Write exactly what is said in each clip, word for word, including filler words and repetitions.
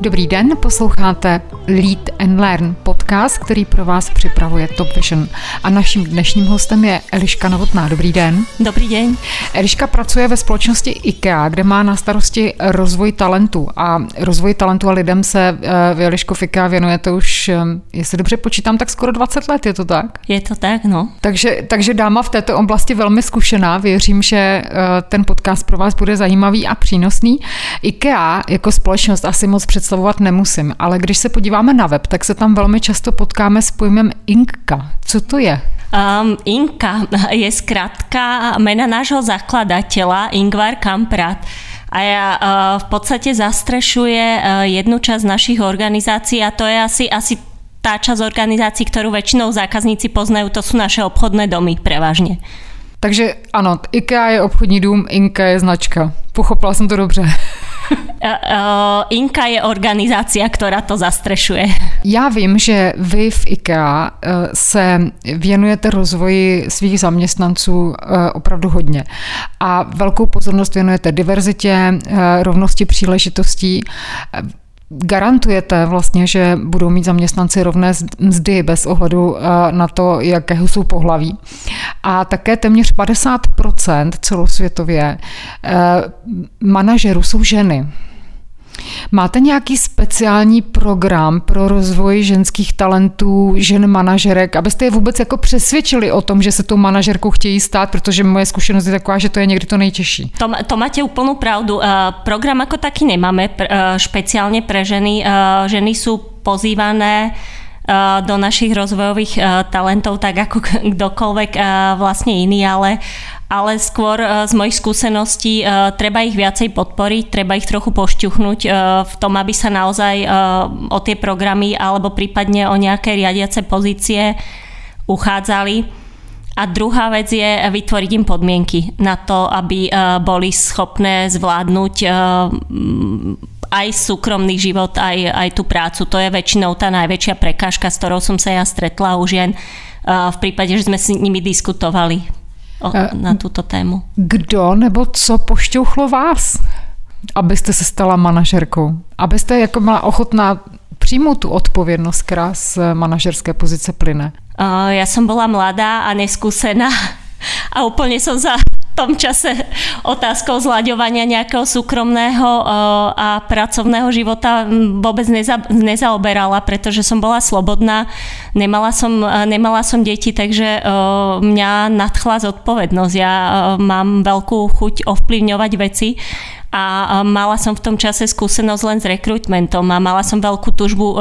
Dobrý den, posloucháte Lead and Learn, podcast, který pro vás připravuje Top Vision. A naším dnešním hostem je Eliška Novotná. Dobrý den. Dobrý den. Eliška pracuje ve společnosti IKEA, kde má na starosti rozvoj talentu. A rozvoj talentu a lidem se vy, Eliško, v IKEA věnujete už, jestli dobře počítám, tak skoro dvacet let, je to tak? Je to tak, no. Takže, takže dáma v této oblasti velmi zkušená. Věřím, že ten podcast pro vás bude zajímavý a přínosný. IKEA jako společnost asi moc představovat nemusím, ale když se podíváme na web, tak se tam velmi často potkáme s pojmem INKA. Co to je? Um, INKA je zkrátka mena nášho zakladateľa Ingvar Kamprad. A ja uh, v podstate zastrešuje uh, jednu časť našich organizácií a to je asi, asi tá časť organizácií, ktorú väčšinou zákazníci poznajú, to sú naše obchodné domy prevažne. Takže ano, IKEA je obchodní dům, INKA je značka. Pochopila jsem to dobře. Uh, uh, INKA je organizácia, ktorá to zastrešuje. Já vím, že vy v IKEA uh, se věnujete rozvoji svých zaměstnanců uh, opravdu hodně. A velkou pozornost věnujete diverzitě, uh, rovnosti příležitostí. Garantujete vlastně, že budou mít zaměstnanci rovné mzdy bez ohledu na to, jakého jsou pohlaví. A také téměř padesát procent celosvětově manažerů jsou ženy. Máte nějaký speciální program pro rozvoj ženských talentů, žen manažerek, abyste je vůbec jako přesvědčili o tom, že se tou manažerkou chtějí stát, protože moje zkušenost je taková, že to je někdy to nejtěžší. To, to máte úplnú pravdu. Program ako taký nemáme špeciálne pre ženy. Ženy sú pozývané do našich rozvojových talentov tak ako kdokoľvek vlastne iný, ale ale skôr z mojich skúseností treba ich viacej podporiť, treba ich trochu pošťuchnúť v tom, aby sa naozaj o tie programy alebo prípadne o nejaké riadiace pozície uchádzali. A druhá vec je vytvoriť im podmienky na to, aby boli schopné zvládnuť aj súkromný život, aj, aj tú prácu. To je väčšinou tá najväčšia prekážka, s ktorou som sa ja stretla u žien v prípade, že sme s nimi diskutovali na tuto tému. Kdo nebo co pošťouchlo vás, abyste se stala manažerkou? Abyste jako byla ochotná přijmout tu odpovědnost, která z manažerské pozice plyne? Uh, ja som bola mladá a neskúsená a úplne som za v tom čase otázkou zlaďovania nejakého súkromného a pracovného života vôbec neza, nezaoberala, pretože som bola slobodná, nemala som, nemala som deti, takže mňa nadchla zodpovednosť. Ja mám veľkú chuť ovplyvňovať veci a mala som v tom čase skúsenosť len s rekrutmentom a mala som veľkú túžbu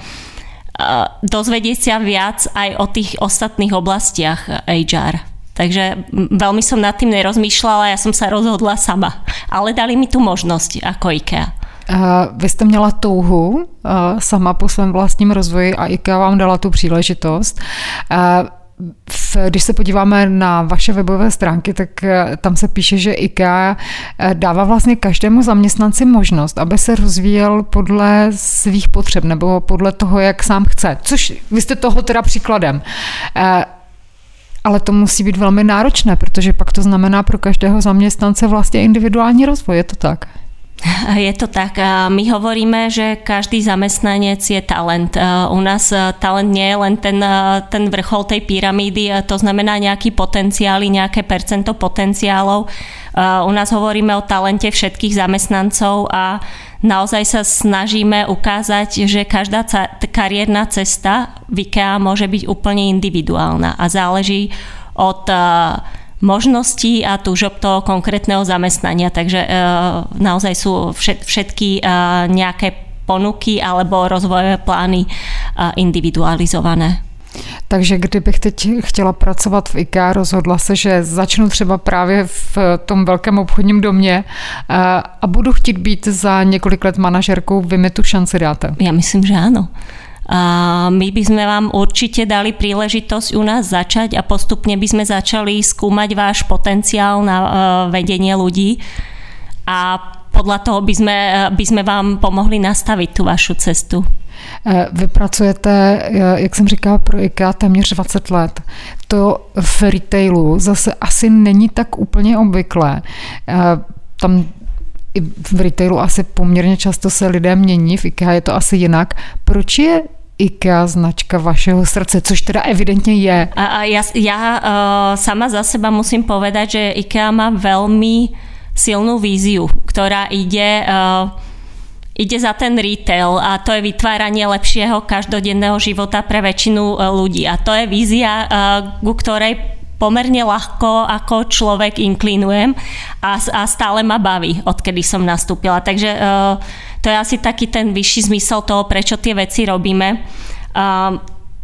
dozvedieť sa viac aj o tých ostatných oblastiach há er. Takže veľmi som nad tým nerozmýšľala, ja som sa rozhodla sama. Ale dali mi tu možnosť ako IKEA. Uh, vy jste měla touhu uh, sama po svém vlastním rozvoji a IKEA vám dala tu příležitost. Uh, v, když se podíváme na vaše webové stránky, tak uh, tam se píše, že IKEA uh, dává vlastně každému zaměstnanci možnost, aby se rozvíjel podle svých potřeb nebo podle toho, jak sám chce. Což vy jste toho teda příkladem. Uh, Ale to musí být velmi náročné, protože pak to znamená pro každého zaměstnance vlastně individuální rozvoj, je to tak? Je to tak. My hovoríme, že každý zamestnanec je talent. U nás talent nie je len ten, ten vrchol tej pyramídy, to znamená nejaký potenciály, nejaké percento potenciálov. U nás hovoríme o talente všetkých zamestnancov a naozaj sa snažíme ukázať, že každá kariérna cesta v IKEA môže byť úplne individuálna a záleží od možností a túžob toho konkrétneho zamestnania. Takže naozaj sú všetky nejaké ponuky alebo rozvojové plány individualizované. Takže kdybych teď chtěla pracovat v IKEA, rozhodla se, že začnu třeba právě v tom velkém obchodním domě a budu chtít být za několik let manažerkou, vy mi tu šanci dáte? Ja myslím, že áno. A my by sme vám určite dali príležitosť u nás začať a postupne by sme začali skúmať váš potenciál na vedenie ľudí a podľa toho by sme, by sme vám pomohli nastaviť tú vašu cestu. Vy pracujete, jak jsem říkala, pro IKEA téměř dvacet let. To v retailu zase asi není tak úplně obvyklé. Tam i v retailu asi poměrně často se lidé mění, v IKEA je to asi jinak. Proč je IKEA značka vašeho srdce, což teda evidentně je? A, a ja, ja uh, sama za seba musím povedať, že IKEA má veľmi silnú víziu, ktorá ide, uh, ide za ten retail a to je vytváranie lepšieho každodenného života pre väčšinu uh, ľudí. A to je vízia, uh, ku ktorej pomerne ľahko ako človek inklinujem a, a stále ma baví, odkedy som nastúpila. Takže uh, to je asi taký ten vyšší zmysel toho, prečo tie veci robíme. Uh,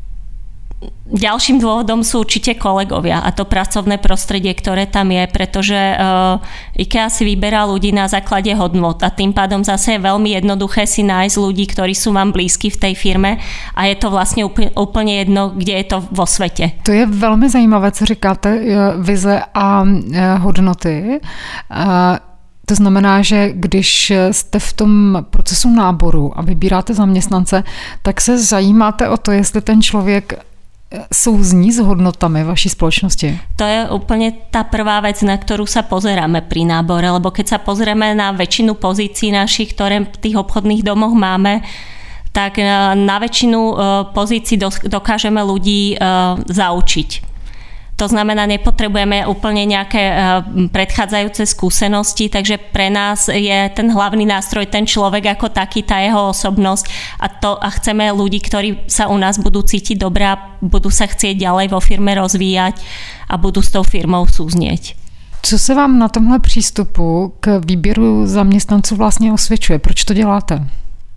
ďalším dôvodom sú určite kolegovia a to pracovné prostredie, ktoré tam je, pretože uh, IKEA si vyberá ľudí na základe hodnot a tým pádom zase je veľmi jednoduché si nájsť ľudí, ktorí sú vám blízky v tej firme a je to vlastne úplne, úplne jedno, kde je to vo svete. To je velmi zajímavé, co říkáte, vize a hodnoty. To znamená, že když jste v tom procesu náboru a vybíráte zaměstnance, tak se zajímáte o to, jestli ten člověk souzní s hodnotami vaší spoločnosti? To je úplne tá prvá vec, na ktorú sa pozeráme pri nábore, lebo keď sa pozrieme na väčšinu pozícií našich, ktoré v tých obchodných domoch máme, tak na väčšinu pozícií dokážeme ľudí zaučiť. To znamená, nepotrebujeme úplne nejaké predchádzajúce skúsenosti, takže pre nás je ten hlavný nástroj ten človek ako taký, tá jeho osobnosť a, to, a chceme ľudí, ktorí sa u nás budú cítiť dobre a budú sa chcieť ďalej vo firme rozvíjať a budú s tou firmou súznieť. Co se vám na tomhle přístupu k výběru zaměstnanců vlastně osvědčuje? Proč to děláte?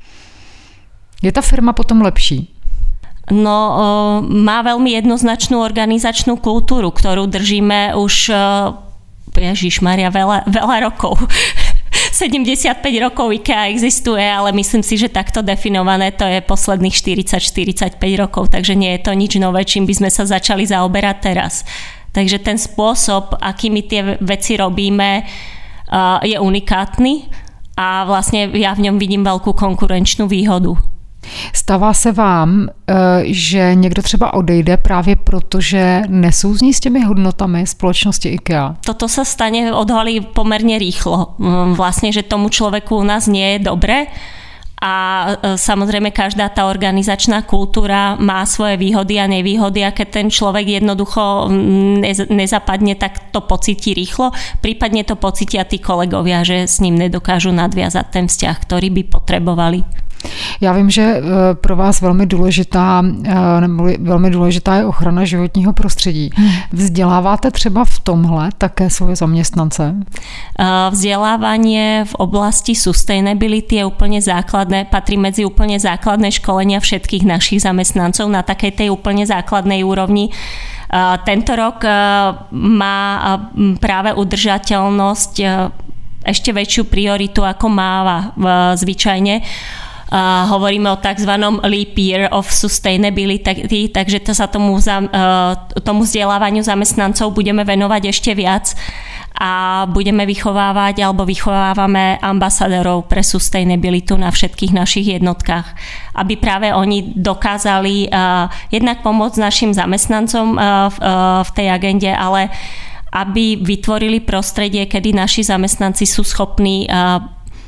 Je ta firma potom lepší? No, má veľmi jednoznačnú organizačnú kultúru, ktorú držíme už, ježišmaria, veľa, veľa rokov. sedemdesiatpäť rokov IKEA existuje, ale myslím si, že takto definované to je posledných štyridsať štyridsaťpäť rokov, takže nie je to nič nové, čím by sme sa začali zaoberať teraz. Takže ten spôsob, akými tie veci robíme, je unikátny a vlastne ja v ňom vidím veľkú konkurenčnú výhodu. Stává se vám, že někdo třeba odejde právě proto, že nesouzní s těmi hodnotami společnosti IKEA? Toto sa stane, odhalí pomerne rýchlo. Vlastne, že tomu človeku u nás nie je dobre a samozrejme každá tá organizačná kultúra má svoje výhody a nevýhody a keď ten človek jednoducho nezapadne, tak to pocíti rýchlo. Prípadne to pocítia tí kolegovia, že s ním nedokážu nadviazať ten vzťah, ktorý by potrebovali. Já vím, že pro vás velmi důležitá, nebo velmi důležitá je ochrana životního prostředí. Vzděláváte třeba v tomhle také svoje zaměstnance? Vzdelávanie v oblasti sustainability je úplne základné, patrí medzi úplne základné školenia všetkých našich zamestnancov na takej tej úplne základnej úrovni. Tento rok má práve udržateľnosť ešte väčšiu prioritu, ako máva zvyčajne. Uh, hovoríme o takzvanom leap year of sustainability, takže to sa tomu, za, uh, tomu vzdelávaniu zamestnancov budeme venovať ešte viac a budeme vychovávať alebo vychovávame ambasadorov pre sustainabilitu na všetkých našich jednotkách, aby práve oni dokázali uh, jednak pomôcť našim zamestnancom uh, v, uh, v tej agende, ale aby vytvorili prostredie, kedy naši zamestnanci sú schopní uh,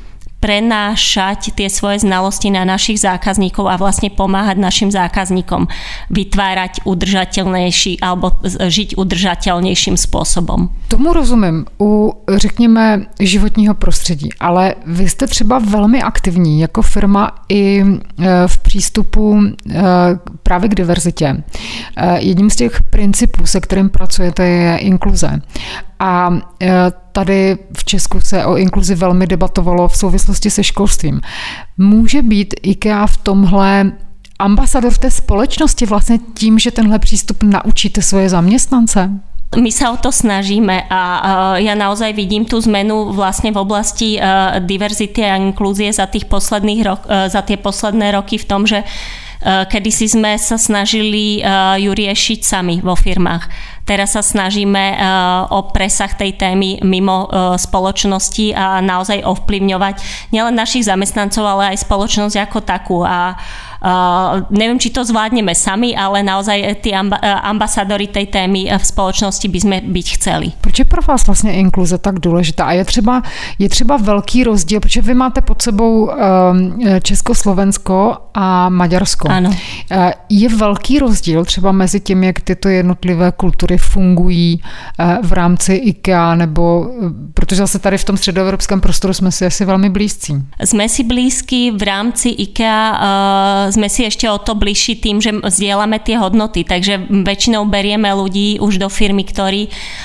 prenášať tie svoje znalosti na našich zákazníkov a vlastne pomáhať našim zákazníkom vytvárať udržateľnejší alebo žiť udržateľnejším spôsobom. Tomu rozumím u, řekněme, životního prostředí, ale vy jste třeba velmi aktivní jako firma i v přístupu právě k diverzitě. Jedním z těch principů, se kterým pracujete, je inkluze. A tady v Česku se o inkluzi velmi debatovalo v souvislosti se školstvím. Může být IKEA v tomhle ambasador v té společnosti vlastně tím, že tenhle přístup naučíte svoje zaměstnance? My sa o to snažíme a ja naozaj vidím tú zmenu vlastne v oblasti diverzity a inklúzie za, tých posledných rok, za tie posledné roky v tom, že kedysi sme sa snažili ju riešiť sami vo firmách. Teraz sa snažíme o presah tej témy mimo spoločnosti a naozaj ovplyvňovať nielen našich zamestnancov, ale aj spoločnosť ako takú. A Uh, neviem, či to zvládneme sami, ale naozaj tí amba, ambasadori tej témy v spoločnosti by sme byť chceli. Proč je pro vás vlastně inkluze tak důležitá? A je třeba, je třeba velký rozdíl, protože vy máte pod sebou um, Československo a Maďarsko. Ano. Uh, je velký rozdíl třeba mezi tím, jak tyto jednotlivé kultury fungují uh, v rámci IKEA, nebo protože zase tady v tom středoevropském prostoru jsme si asi velmi blízcí. Sme si blízky v rámci IKEA, uh, sme si ešte o to bližší tým, že zdieľame tie hodnoty, takže väčšinou berieme ľudí už do firmy, ktorí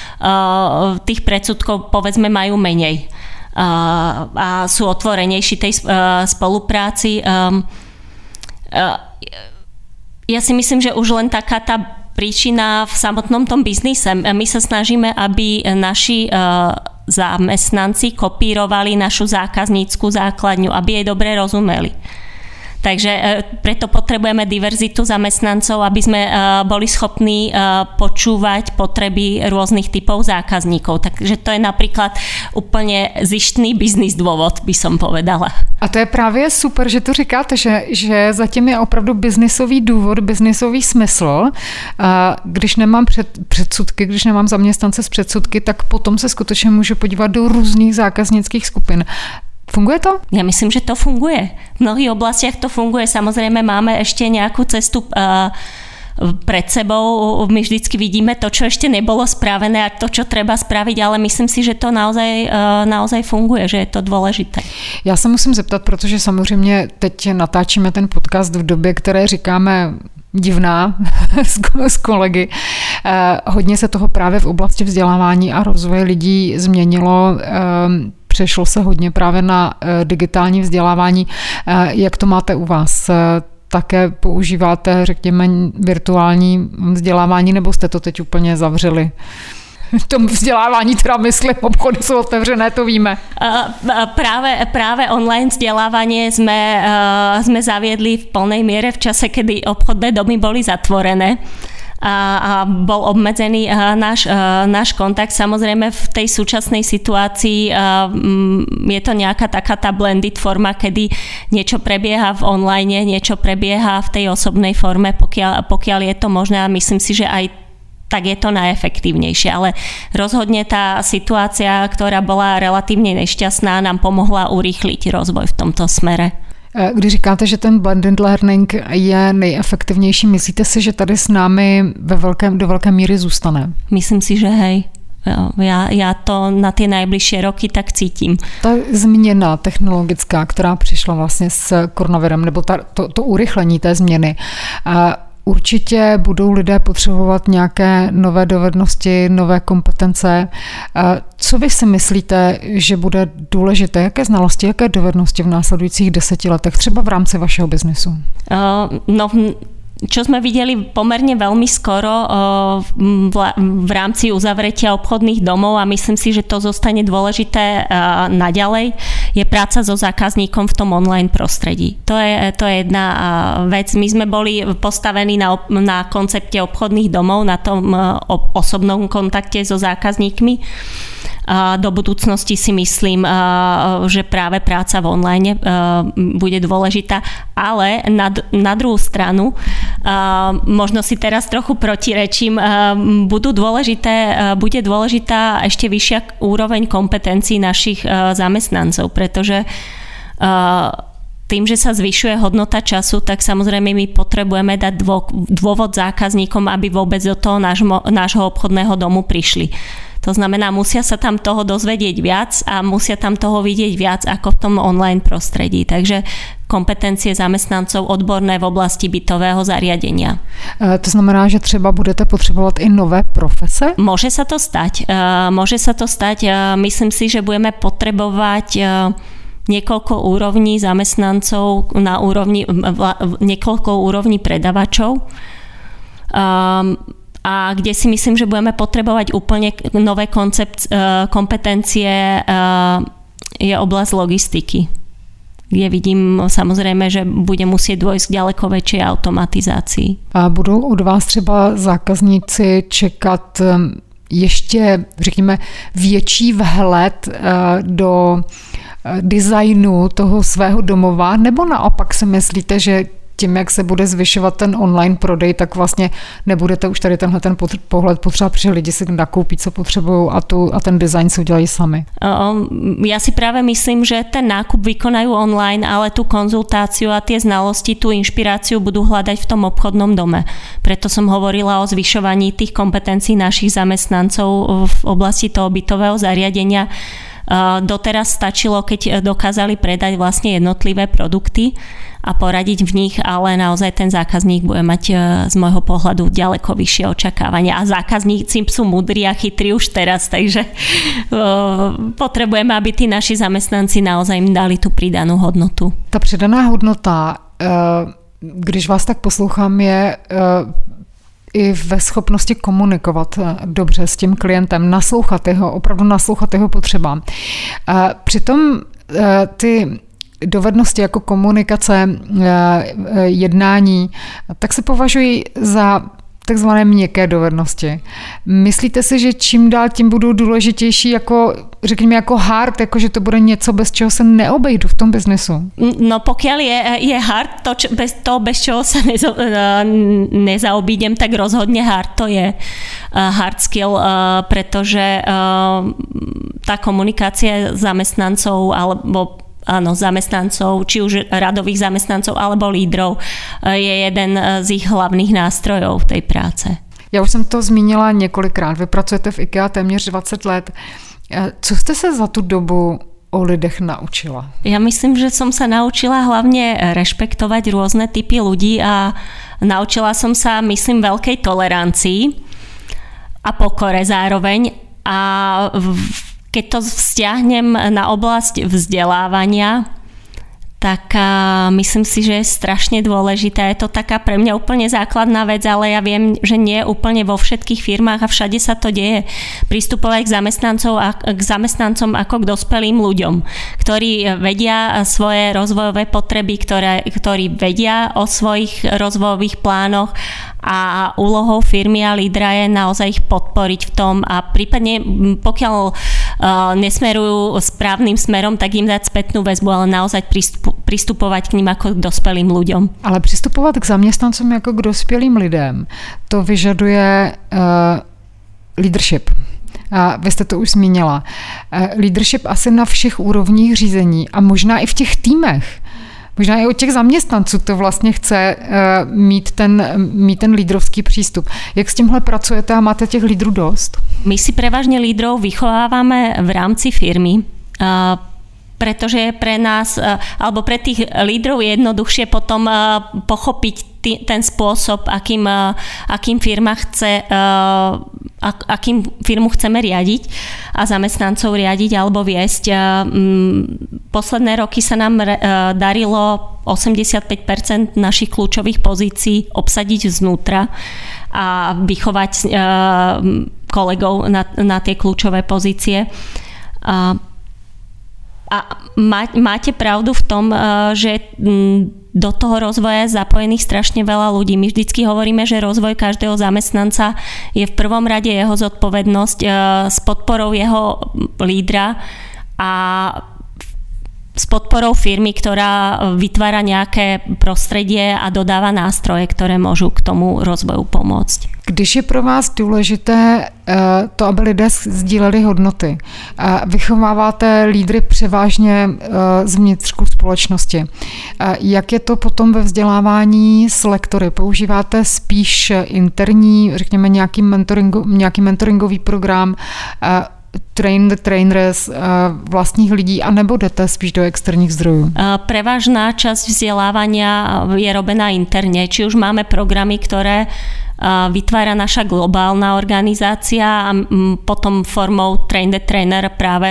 uh, tých predsudkov povedzme majú menej uh, a sú otvorenejší tej uh, spolupráci. Um, uh, ja si myslím, že už len taká tá príčina v samotnom tom biznise. My sa snažíme, aby naši uh, zamestnanci kopírovali našu zákaznícku základňu, aby jej dobre rozumeli. Takže preto potrebujeme diverzitu zamestnancov, aby sme boli schopní počúvať potreby rôznych typov zákazníkov. Takže to je napríklad úplne zištný biznis dôvod, by som povedala. A to je právě super, že to říkáte, že, že zatím je opravdu biznisový důvod, biznisový smysl. Když nemám před, předsudky, když nemám zaměstnance s předsudky, tak potom se skutečně můžu podívat do různých zákaznických skupin. Funguje to? Ja myslím, že to funguje. V mnohých oblastiach to funguje. Samozrejme máme ešte nejakú cestu uh, pred sebou. My vždycky vidíme to, čo ešte nebolo spravené a to, čo treba spraviť, ale myslím si, že to naozaj, uh, naozaj funguje, že je to dôležité. Já se musím zeptat, protože samozřejmě teď natáčíme ten podcast v době, které říkáme divná s kolegy. Eh, hodně se toho právě v oblasti vzdělávání a rozvoje lidí změnilo. Eh, Přešlo se hodně právě na digitální vzdělávání. Jak to máte u vás? Také používáte, řekněme, virtuální vzdělávání, nebo jste to teď úplně zavřeli? V tom vzdělávání, teda myslím, obchody jsou otevřené, to víme. Práve, práve online vzdelávanie sme, sme zaviedli v plnej miere v čase, kedy obchodné domy boli zatvorené. A, a bol obmedzený a, náš, a, náš kontakt. Samozrejme v tej súčasnej situácii a, m, je to nejaká taká tá blended forma, kedy niečo prebieha v online, niečo prebieha v tej osobnej forme, pokiaľ, pokiaľ je to možné, a myslím si, že aj tak je to najefektívnejšie. Ale rozhodne tá situácia, ktorá bola relatívne nešťastná, nám pomohla urýchliť rozvoj v tomto smere. Když říkáte, že ten blended learning je nejefektivnější, myslíte si, že tady s námi ve velkém, do velké míry zůstane? Myslím si, že hej. Ja, ja to na tie najbližšie roky tak cítim. Ta změna technologická, která přišla vlastně s koronavirem, nebo ta, to, to urychlení té změny, určitě budou lidé potřebovat nějaké nové dovednosti, nové kompetence. Co vy si myslíte, že bude důležité? Jaké znalosti, jaké dovednosti v následujících deseti letech, třeba v rámci vašeho biznesu? Uh, no, čo sme videli pomerne veľmi skoro v rámci uzavretia obchodných domov, a myslím si, že to zostane dôležité naďalej, je práca so zákazníkom v tom online prostredí. To je, to je jedna vec. My sme boli postavení na, na koncepte obchodných domov, na tom osobnom kontakte so zákazníkmi. Do budúcnosti si myslím, že práve práca v online bude dôležitá, ale na, na druhú stranu, možno si teraz trochu protirečím, budú dôležité, bude dôležitá ešte vyššia úroveň kompetencií našich zamestnancov, pretože tým, že sa zvyšuje hodnota času, tak samozrejme my potrebujeme dať dôvod zákazníkom, aby vôbec do toho nášho, nášho obchodného domu prišli. To znamená, musia sa tam toho dozvedieť viac a musia tam toho vidieť viac ako v tom online prostredí. Takže kompetencie zamestnancov odborné v oblasti bytového zariadenia. To znamená, že třeba budete potřebovat i nové profese? Môže sa to stať. Môže sa to stať. Myslím si, že budeme potrebovať niekoľko úrovní zamestnancov na úrovni, niekoľko úrovní predavačov. Um, a kde si myslím, že budeme potrebovať úplne nové koncept, kompetencie, je oblasť logistiky. Kde vidím samozrejme, že bude musieť dôjsť k ďaleko väčšej automatizácii. A budou od vás třeba zákazníci čekat ještě, řekněme, větší vhled do designu toho svého domova, nebo naopak si myslíte, že tím, jak se bude zvyšovat ten online prodej, tak vlastně nebudete už tady tenhle ten pohled potřeba, protože lidi si nakoupí, co potřebují a, tu, a ten design si udělají sami. Ja si práve myslím, že ten nákup vykonajú online, ale tú konzultáciu a tie znalosti, tú inšpiráciu budú hľadať v tom obchodnom dome. Preto som hovorila o zvyšovaní tých kompetencií našich zamestnancov v oblasti toho bytového zariadenia. Doteraz stačilo, keď dokázali predať vlastne jednotlivé produkty a poradiť v nich, ale naozaj ten zákazník bude mať z môjho pohľadu ďaleko vyššie očakávania a zákazníci sú múdri a chytrí už teraz, takže potrebujeme, aby tí naši zamestnanci naozaj im dali tú pridanú hodnotu. Ta přidaná hodnota, když vás tak poslouchám, je i ve schopnosti komunikovat dobře s tím klientem, naslouchat jeho, opravdu naslouchat jeho potřebám. Přitom ty dovednosti jako komunikace, jednání, tak se považují za takzvané měkké dovednosti. Myslíte si, že čím dál tím budou důležitější jako, řekněme, jako hard, jako že to bude něco, bez čeho se neobejdu v tom biznesu? No pokiaľ je, je hard, to, čo, bez, to bez čeho sa neza, nezaobídem, tak rozhodne hard to je hard skill, pretože tá komunikácia zamestnancov alebo áno, zamestnancov, či už radových zamestnancov alebo lídrov, je jeden z ich hlavných nástrojov tej práce. Já už jsem to zmínila několikrát. Vy pracujete v IKEA téměř dvacet let. Co jste se za tu dobu o lidech naučila? Ja myslím, že som sa naučila hlavne rešpektovať rôzne typy ľudí a naučila som sa, myslím, veľkej tolerancii a pokore zároveň a v keď to vzťahnem na oblasť vzdelávania, tak uh, myslím si, že je strašne dôležité. Je to taká pre mňa úplne základná vec, ale ja viem, že nie úplne vo všetkých firmách a všade sa to deje. Pristupovať k zamestnancom, k zamestnancom ako k dospelým ľuďom, ktorí vedia svoje rozvojové potreby, ktoré, ktorí vedia o svojich rozvojových plánoch a úlohou firmy a lídra je naozaj ich podporiť v tom a prípadne pokiaľ uh, nesmerujú správnym smerom, tak im dať spätnú väzbu, ale naozaj pristup, pristupovať k ním ako k dospelým ľuďom. Ale přistupovat k zaměstnancům jako k dospělým lidem, to vyžaduje uh, leadership. A vy jste to už zmínila. Uh, leadership asi na všech úrovních řízení a možná i v těch týmech. Možná i od těch zaměstnanců to vlastně chce uh, mít, ten, mít ten lídrovský přístup. Jak s tímhle pracujete a máte těch lídrů dost? My si prevažne lídrov vychovávame v rámci firmy, uh, pretože je pre nás, uh, alebo pre tých lídrov je jednoduchšie potom uh, pochopiť tý, ten spôsob, akým, uh, akým firma chce, uh, ak, akým firmu chceme riadiť a zamestnancov riadiť alebo viesť. Uh, um, posledné roky sa nám uh, darilo osemdesiatpäť percent našich kľúčových pozícií obsadiť znútra a vychovať uh, kolegov na, na tie kľúčové pozície. Uh, A máte pravdu v tom, že do toho rozvoja je zapojených strašne veľa ľudí. My vždycky hovoríme, že rozvoj každého zamestnanca je v prvom rade jeho zodpovednosť s podporou jeho lídra a s podporou firmy, ktorá vytvára nejaké prostredie a dodáva nástroje, ktoré môžu k tomu rozvoju pomôcť. Když je pro vás důležité to, aby lidé sdíleli hodnoty, vychováváte lídry převážně z vnitřku společnosti. Jak je to potom ve vzdělávání s lektory? Používáte spíš interní, řekněme nějaký, mentoringo, nějaký mentoringový program, train the trainers vlastních lidí, anebo jdete spíš do externích zdrojů? Prevažná časť vzdelávania je robená interne. Či už máme programy, ktoré vytvára naša globálna organizácia a potom formou train the trainer práve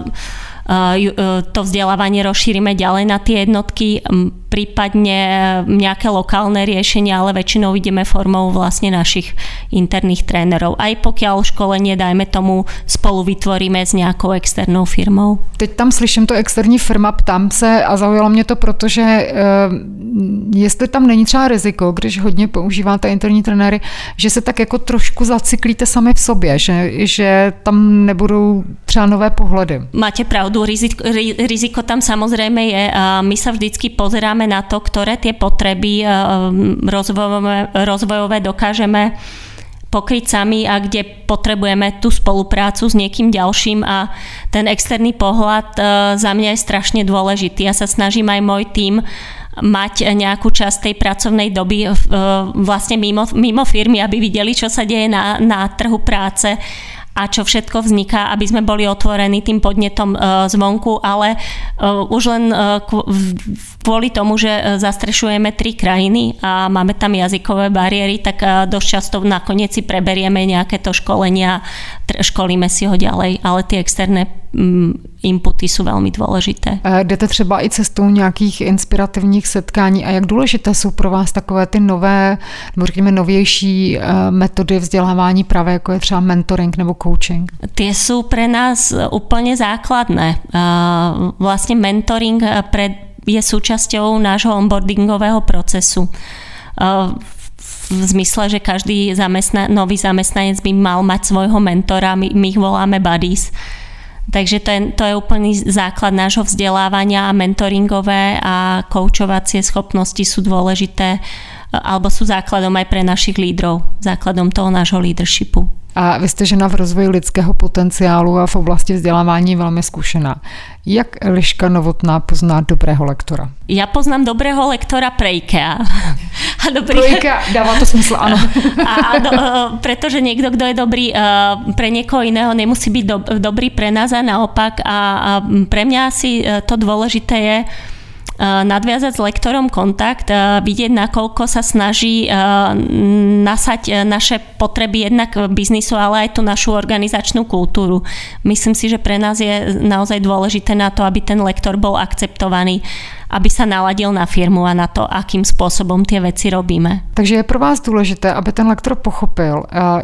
to vzdelávanie rozšírime ďalej na tie jednotky, prípadne nejaké lokálne riešenia, ale väčšinou ideme formou vlastne našich interných trénerov. Aj pokiaľ školenie, dajme tomu, spolu vytvoríme s nějakou externou firmou. Teď tam slyším to externí firma, ptám se a zaujalo mě to, protože jestli tam není třeba riziko, když hodně používáte interní trenéry, že se tak jako trošku zacyklíte sami v sobě, že, že tam nebudou třeba nové pohledy. Máte pravdu, pravdu, riziko, riziko tam samozrejme je. My sa vždycky pozeráme na to, ktoré tie potreby rozvojové, rozvojové dokážeme pokryť sami a kde potrebujeme tú spoluprácu s niekým ďalším a ten externý pohľad za mňa je strašne dôležitý. Ja sa snažím aj môj tím mať nejakú časť tej pracovnej doby vlastne mimo, mimo firmy, aby videli, čo sa deje na, na trhu práce a čo všetko vzniká, aby sme boli otvorení tým podnetom zvonku, ale už len kvôli tomu, že zastrešujeme tri krajiny a máme tam jazykové bariéry, tak dosť často nakoniec si preberieme nejaké to školenia, školíme si ho ďalej, ale tie externé inputy jsou velmi důležité. Jdete třeba i cestou nějakých inspirativních setkání a jak důležité jsou pro vás takové ty nové, nebo řekněme novější metody vzdělávání právě jako je třeba mentoring nebo coaching? Ty jsou pre nás úplně základné. Vlastně mentoring je súčasťou nášho onboardingového procesu. V zmysle, že každý zamestna, nový zamestnanec by mal mať svojho mentora, my, my ich voláme buddies. Takže to je, to je úplný základ nášho vzdelávania a mentoringové a koučovacie schopnosti sú dôležité alebo sú základom aj pre našich lídrov, základom toho nášho leadershipu. A vy jste žena v rozvoji lidského potenciálu a v oblasti vzdělávání velmi zkušená. Jak Eliška Novotná pozná dobrého lektora? Já poznám dobrého lektora pre IKEA. A dobrý... Pro IKEA dává to smysl, ano. A do, pretože niekto, kto je dobrý pre niekoho iného, nemusí byť do, dobrý pre nás a naopak. A, a pre mňa asi to dôležité je nadviazať s lektorom kontakt, vidieť, nakoľko sa snaží nasať naše potreby jednak biznisu, ale aj tú našu organizačnú kultúru. Myslím si, že pre nás je naozaj dôležité na to, aby ten lektor bol akceptovaný, aby sa naladil na firmu a na to, akým spôsobom tie veci robíme. Takže je pro vás důležité, aby ten lektor pochopil,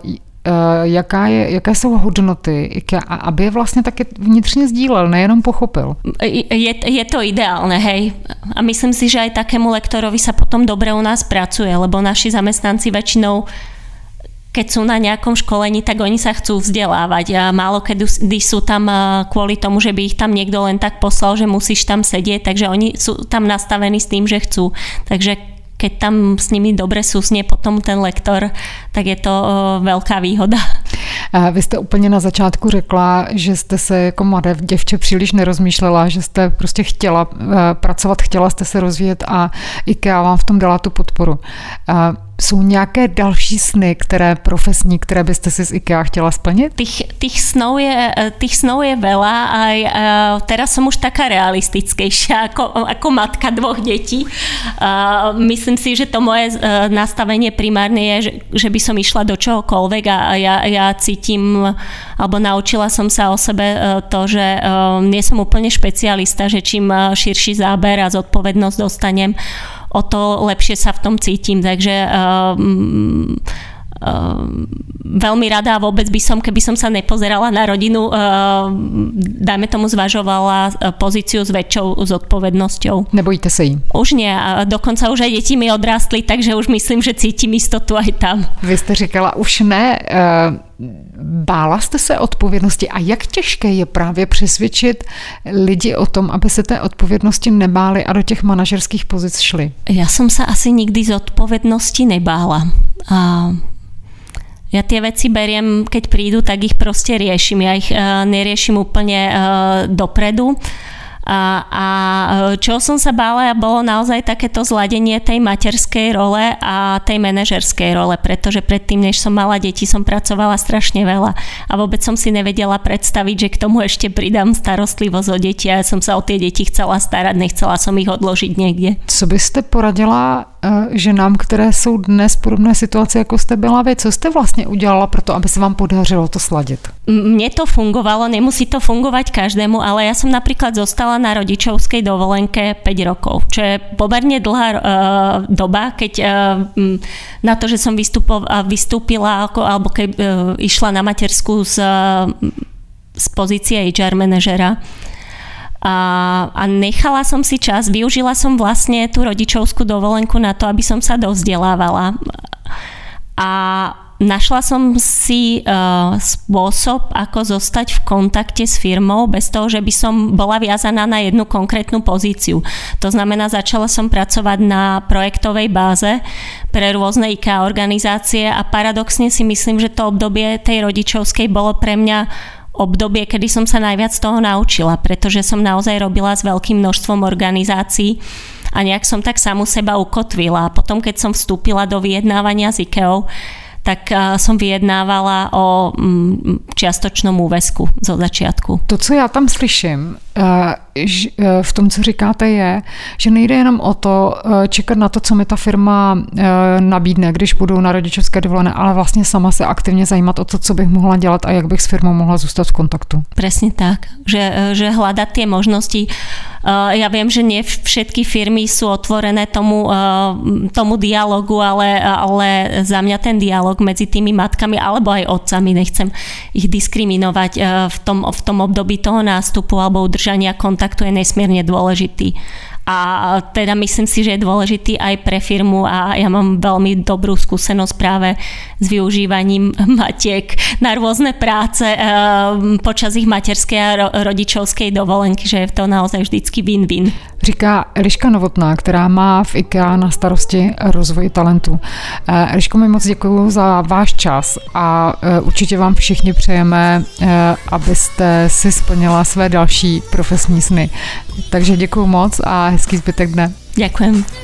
jaká je, jaké jsou hodnoty a aby je vlastně taky vnitřně sdílel, nejenom pochopil. Je, je to ideálne, hej. A myslím si, že aj takému lektorovi sa potom dobre u nás pracuje, lebo naši zamestnanci väčšinou, keď sú na nejakom školení, tak oni sa chcú vzdelávať a málo kedy sú tam kvôli tomu, že by ich tam niekto len tak poslal, že musíš tam sedieť, takže oni sú tam nastavení s tým, že chcú. Takže keď tam s nimi dobre súsne potom ten lektor, tak je to velká výhoda. Vy jste úplně na začátku řekla, že jste se jako mladé děvče příliš nerozmýšlela, že jste prostě chtěla pracovat, chtěla jste se rozvíjet a IKEA vám v tom dala tu podporu. Jsou nějaké další sny, které profesní, které byste si z IKEA chtěla splnit? Tých, tých, snov, je, tých snov je veľa a teraz som už taká realistickejšia ako, ako matka dvoch detí. Myslím si, že to moje nastavenie primárne je, že, že by som išla do čohokoľvek a ja, ja cítim, alebo naučila som sa o sebe to, že nie som úplne špecialista, že čím širší záber a zodpovednosť dostanem, o to lepšie sa v tom cítim, takže um, um, veľmi rada a vôbec by som, keby som sa nepozerala na rodinu, um, dajme tomu zvažovala pozíciu s väčšou zodpovednosťou. Nebojíte se jí? Už nie, a dokonca už aj deti mi odrastli, takže už myslím, že cítim istotu aj tam. Vy jste říkala už ne, uh... Bála jste se odpovědnosti a jak těžké je právě přesvědčit lidi o tom, aby se té odpovědnosti nebáli a do těch manažerských pozic šli? Já jsem se asi nikdy z odpovědnosti nebála. A ja tie veci beriem, keď prídu, tak ich proste riešim. Ja ich uh, neriešim úplne uh, dopredu. A, a čo som sa bála, bolo naozaj takéto zladenie tej materskej role a tej manažerskej role, pretože predtým, než som mala deti, som pracovala strašne veľa a vôbec som si nevedela predstaviť, že k tomu ešte pridám starostlivosť o deti a ja som sa o tie deti chcela starať, nechcela som ich odložiť niekde. Co byste poradila ženám, které jsou dnes v podobné situaci, jako jste byla vy? Co jste vlastně udělala pro to, aby se vám podařilo to sladit? Mne to fungovalo, nemusí to fungovať každému, ale ja som napríklad zostala na rodičovskej dovolenke päť rokov, čo je pomerne dlhá uh, doba, keď uh, na to, že som vystupo, vystúpila alebo keď uh, išla na matersku z, z pozície há er manažera. A, a nechala som si čas, využila som vlastne tú rodičovskú dovolenku na to, aby som sa dovzdelávala. A našla som si uh, spôsob, ako zostať v kontakte s firmou bez toho, že by som bola viazaná na jednu konkrétnu pozíciu. To znamená, začala som pracovať na projektovej báze pre rôzne í ká organizácie a paradoxne si myslím, že to obdobie tej rodičovskej bolo pre mňa obdobie, kedy som sa najviac z toho naučila, pretože som naozaj robila s veľkým množstvom organizácií a nejak som tak samu seba ukotvila. A potom, keď som vstúpila do vyjednávania s IKEAou, tak som vyjednávala o čiastočnom úvazku zo začiatku. To, co já tam slyším v tom, co říkáte, je, že nejde jenom o to čekat na to, co mi ta firma nabídne, když budu na rodičovské dovolené, ale vlastně sama se aktivně zajímat o to, co bych mohla dělat a jak bych s firmou mohla zůstat v kontaktu. Presne tak, že, že hľadať tie možnosti. Ja viem, že nie všetky firmy sú otvorené tomu, tomu dialogu, ale, ale za mňa ten dialog medzi tými matkami alebo aj otcami, nechcem ich diskriminovať v tom, v tom období toho nástupu alebo udržania kontaktu, je nesmierne dôležitý. A teda myslím si, že je dôležitý aj pre firmu a ja mám veľmi dobrú skúsenosť práve s využívaním matiek na rôzne práce e, počas ich materskej a ro- rodičovskej dovolenky, že je to naozaj vždycky win-win. Říká Eliška Novotná, která má v IKEA na starosti rozvoj talentu. Eliško, mi moc děkuju za váš čas a určitě vám všichni přejeme, abyste si splnila své další profesní sny. Takže děkuju moc a hezký zbytek dne. Ďakujem.